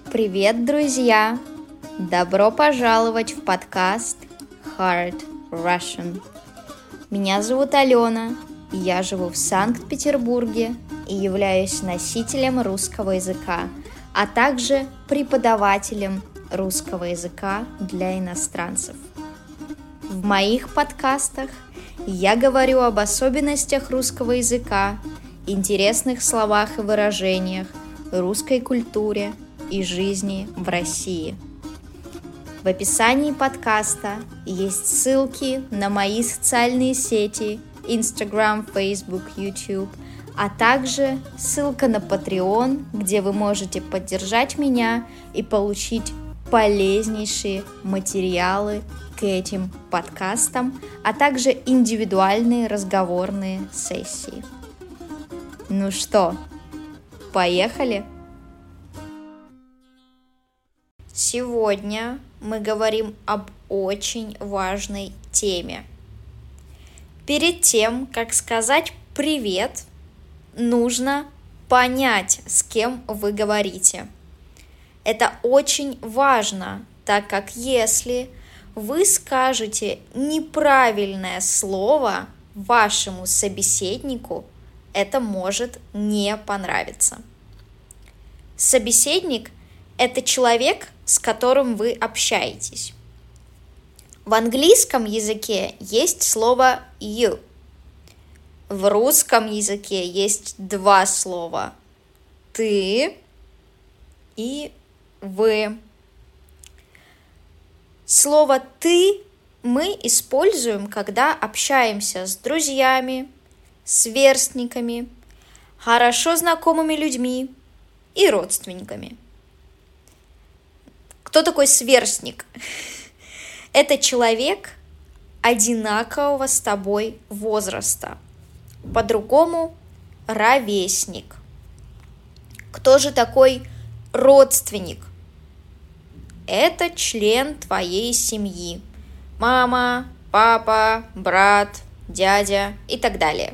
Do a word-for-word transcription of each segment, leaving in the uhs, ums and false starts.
Привет, друзья! Добро пожаловать в подкаст Hard Russian. Меня зовут Алена, я живу в Санкт-Петербурге и являюсь носителем русского языка, а также преподавателем русского языка для иностранцев. В моих подкастах я говорю об особенностях русского языка, интересных словах и выражениях, русской культуре и жизни в России. В описании подкаста есть ссылки на мои социальные сети Instagram, Facebook, YouTube, а также ссылка на Patreon, где вы можете поддержать меня и получить полезнейшие материалы к этим подкастам, а также индивидуальные разговорные сессии. Ну что, поехали? Сегодня мы говорим об очень важной теме. Перед тем, как сказать «привет», нужно понять, с кем вы говорите. Это очень важно, так как если вы скажете неправильное слово вашему собеседнику, это может не понравиться. Собеседник – это человек, с которым вы общаетесь. В английском языке есть слово you. В русском языке есть два слова – ты и вы. Слово «ты» мы используем, когда общаемся с друзьями, сверстниками, хорошо знакомыми людьми и родственниками. Кто такой сверстник? Это человек одинакового с тобой возраста, по-другому ровесник. Кто же такой родственник? Это член твоей семьи. Мама, папа, брат, дядя и так далее.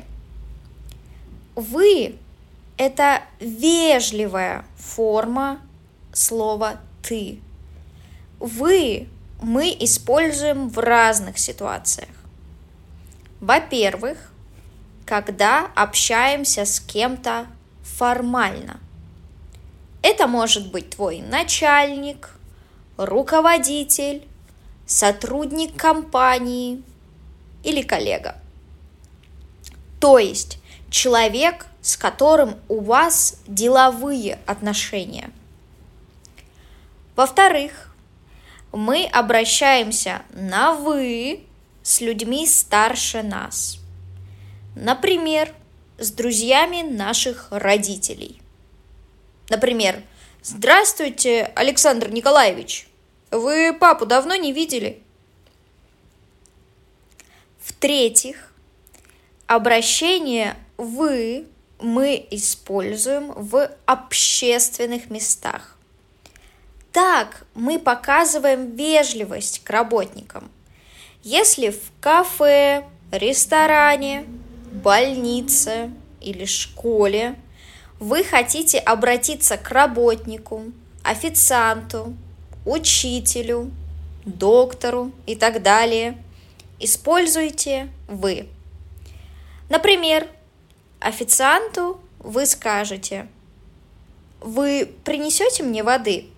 Вы – это вежливая форма слова «ты». Вы мы используем в разных ситуациях. Во-первых, когда общаемся с кем-то формально. Это может быть твой начальник, руководитель, сотрудник компании или коллега. То есть человек, с которым у вас деловые отношения. Во-вторых, мы обращаемся на «вы» с людьми старше нас. Например, с друзьями наших родителей. Например, «Здравствуйте, Александр Николаевич! Вы папу давно не видели?» В-третьих, обращение «вы» мы используем в общественных местах. Так мы показываем вежливость к работникам. Если в кафе, ресторане, больнице или школе вы хотите обратиться к работнику, официанту, учителю, доктору и так далее, используйте «вы». Например, официанту вы скажете: «Вы принесете мне воды?»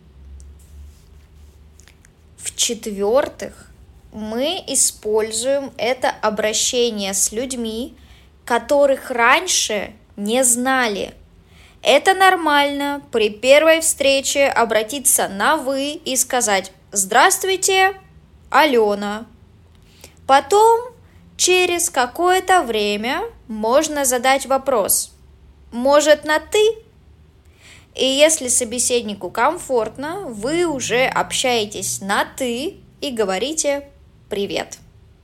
В-четвертых, мы используем это обращение с людьми, которых раньше не знали. Это нормально при первой встрече обратиться на «вы» и сказать «Здравствуйте, Алена». Потом, через какое-то время, можно задать вопрос: «Может, на «ты»?» И если собеседнику комфортно, вы уже общаетесь на «ты» и говорите «привет».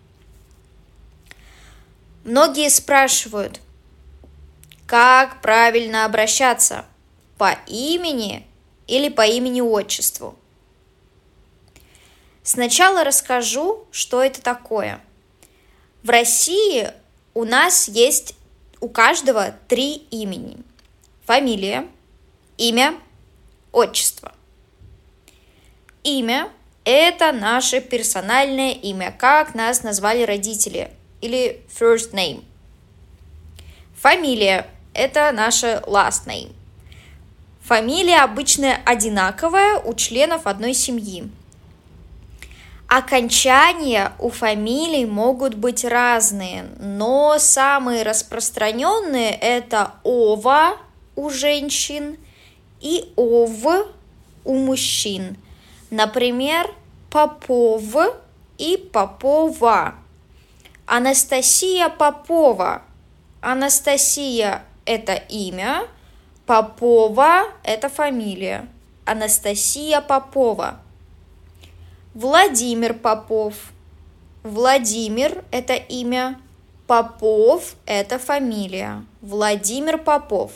Многие спрашивают, как правильно обращаться: по имени или по имени-отчеству? Сначала расскажу, что это такое. В России у нас есть у каждого три имени. Фамилия, имя, отчество. имя – это наше персональное имя, как нас назвали родители, или first name. Фамилия – это наше last name. Фамилия обычно одинаковая у членов одной семьи. Окончания у фамилий могут быть разные, но самые распространенные – это «ова» у женщин и «ов» у мужчин. Например, Попов и Попова. Анастасия Попова. Анастасия – это имя, Попова – это фамилия. Анастасия Попова. Владимир Попов. Владимир – это имя, Попов – это фамилия. Владимир Попов.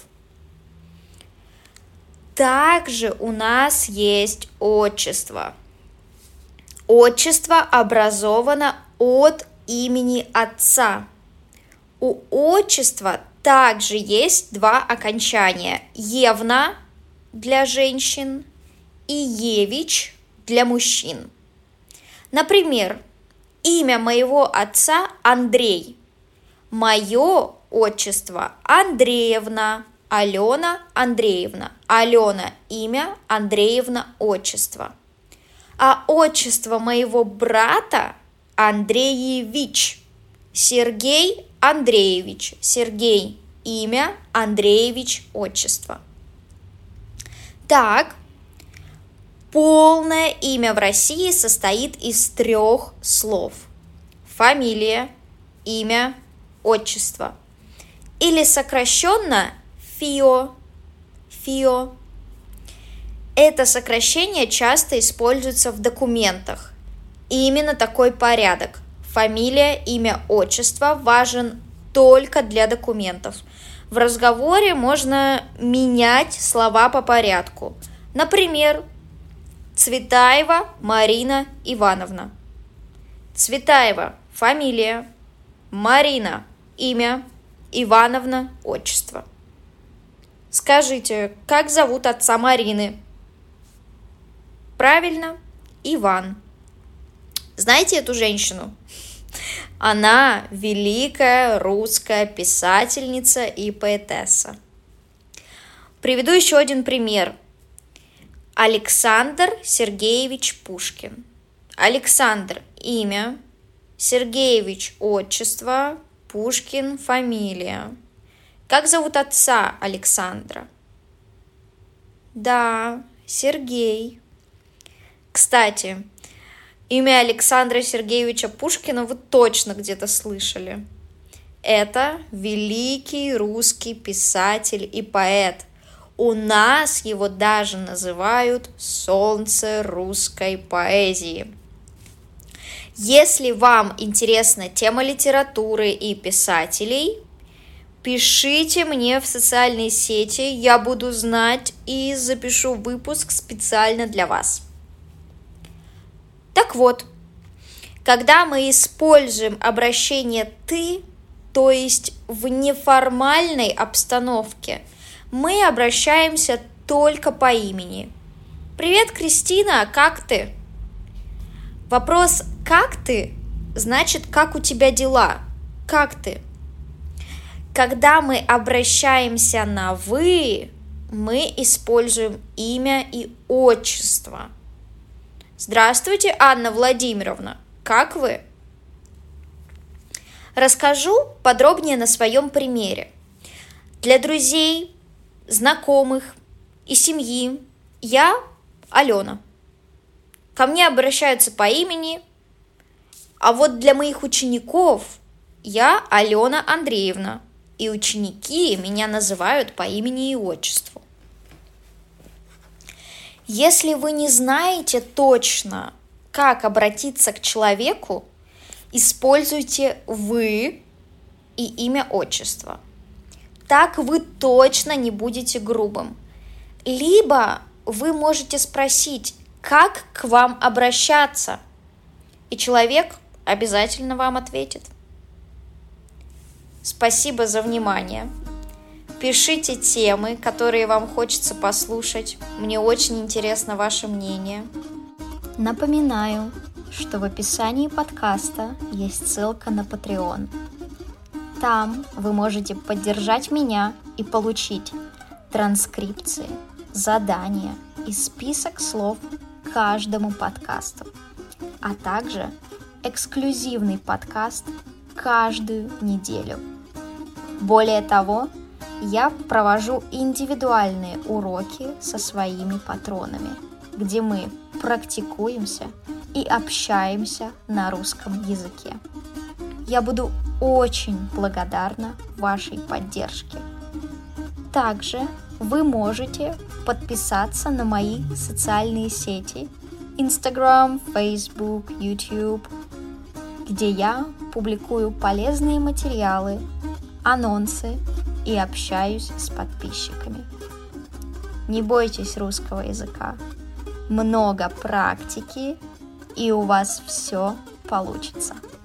Также у нас есть отчество. Отчество образовано от имени отца. У отчества также есть два окончания. Евна для женщин и Евич для мужчин. Например, имя моего отца Андрей. Мое отчество Андреевна. Алена Андреевна. Алена – имя, Андреевна – отчество. А отчество моего брата Андреевич. Сергей Андреевич. Сергей – имя, Андреевич – отчество. Так, полное имя в России состоит из трех слов. Фамилия, имя, отчество. Или сокращенно ФИО. ФИО. Это сокращение часто используется в документах. И именно такой порядок. Фамилия, имя, отчество важен только для документов. В разговоре можно менять слова по порядку. Например, Цветаева Марина Ивановна. Цветаева – фамилия, Марина – имя, Ивановна – отчество. Скажите, как зовут отца Марины? Правильно, Иван. Знаете эту женщину? Она великая русская писательница и поэтесса. Приведу еще один пример. Александр Сергеевич Пушкин. Александр – имя, Сергеевич – отчество, Пушкин – фамилия. Как зовут отца Александра? Да, Сергей. Кстати, имя Александра Сергеевича Пушкина вы точно где-то слышали. Это великий русский писатель и поэт. У нас его даже называют «Солнце русской поэзии». Если вам интересна тема литературы и писателей, пишите мне в социальные сети, я буду знать и запишу выпуск специально для вас. Так вот, когда мы используем обращение «ты», то есть в неформальной обстановке, мы обращаемся только по имени. «Привет, Кристина, как ты?» Вопрос «как ты?» значит «как у тебя дела?» «Как ты?» Когда мы обращаемся на «вы», мы используем имя и отчество. Здравствуйте, Анна Владимировна, как вы? Расскажу подробнее на своем примере. Для друзей, знакомых и семьи я Алена. Ко мне обращаются по имени, а вот для моих учеников я Алена Андреевна, и ученики меня называют по имени и отчеству. Если вы не знаете точно, как обратиться к человеку, используйте «вы» и имя отчество. Так вы точно не будете грубым. Либо вы можете спросить, как к вам обращаться, и человек обязательно вам ответит. Спасибо за внимание. Пишите темы, которые вам хочется послушать. Мне очень интересно ваше мнение. Напоминаю, что в описании подкаста есть ссылка на Patreon. Там вы можете поддержать меня и получить транскрипции, задания и список слов к каждому подкасту, а также эксклюзивный подкаст каждую неделю. Более того, я провожу индивидуальные уроки со своими патронами, где мы практикуемся и общаемся на русском языке. Я буду очень благодарна вашей поддержке. Также вы можете подписаться на мои социальные сети Instagram, Facebook, YouTube, где я публикую полезные материалы, анонсы и общаюсь с подписчиками. Не бойтесь русского языка. Много практики, и у вас все получится.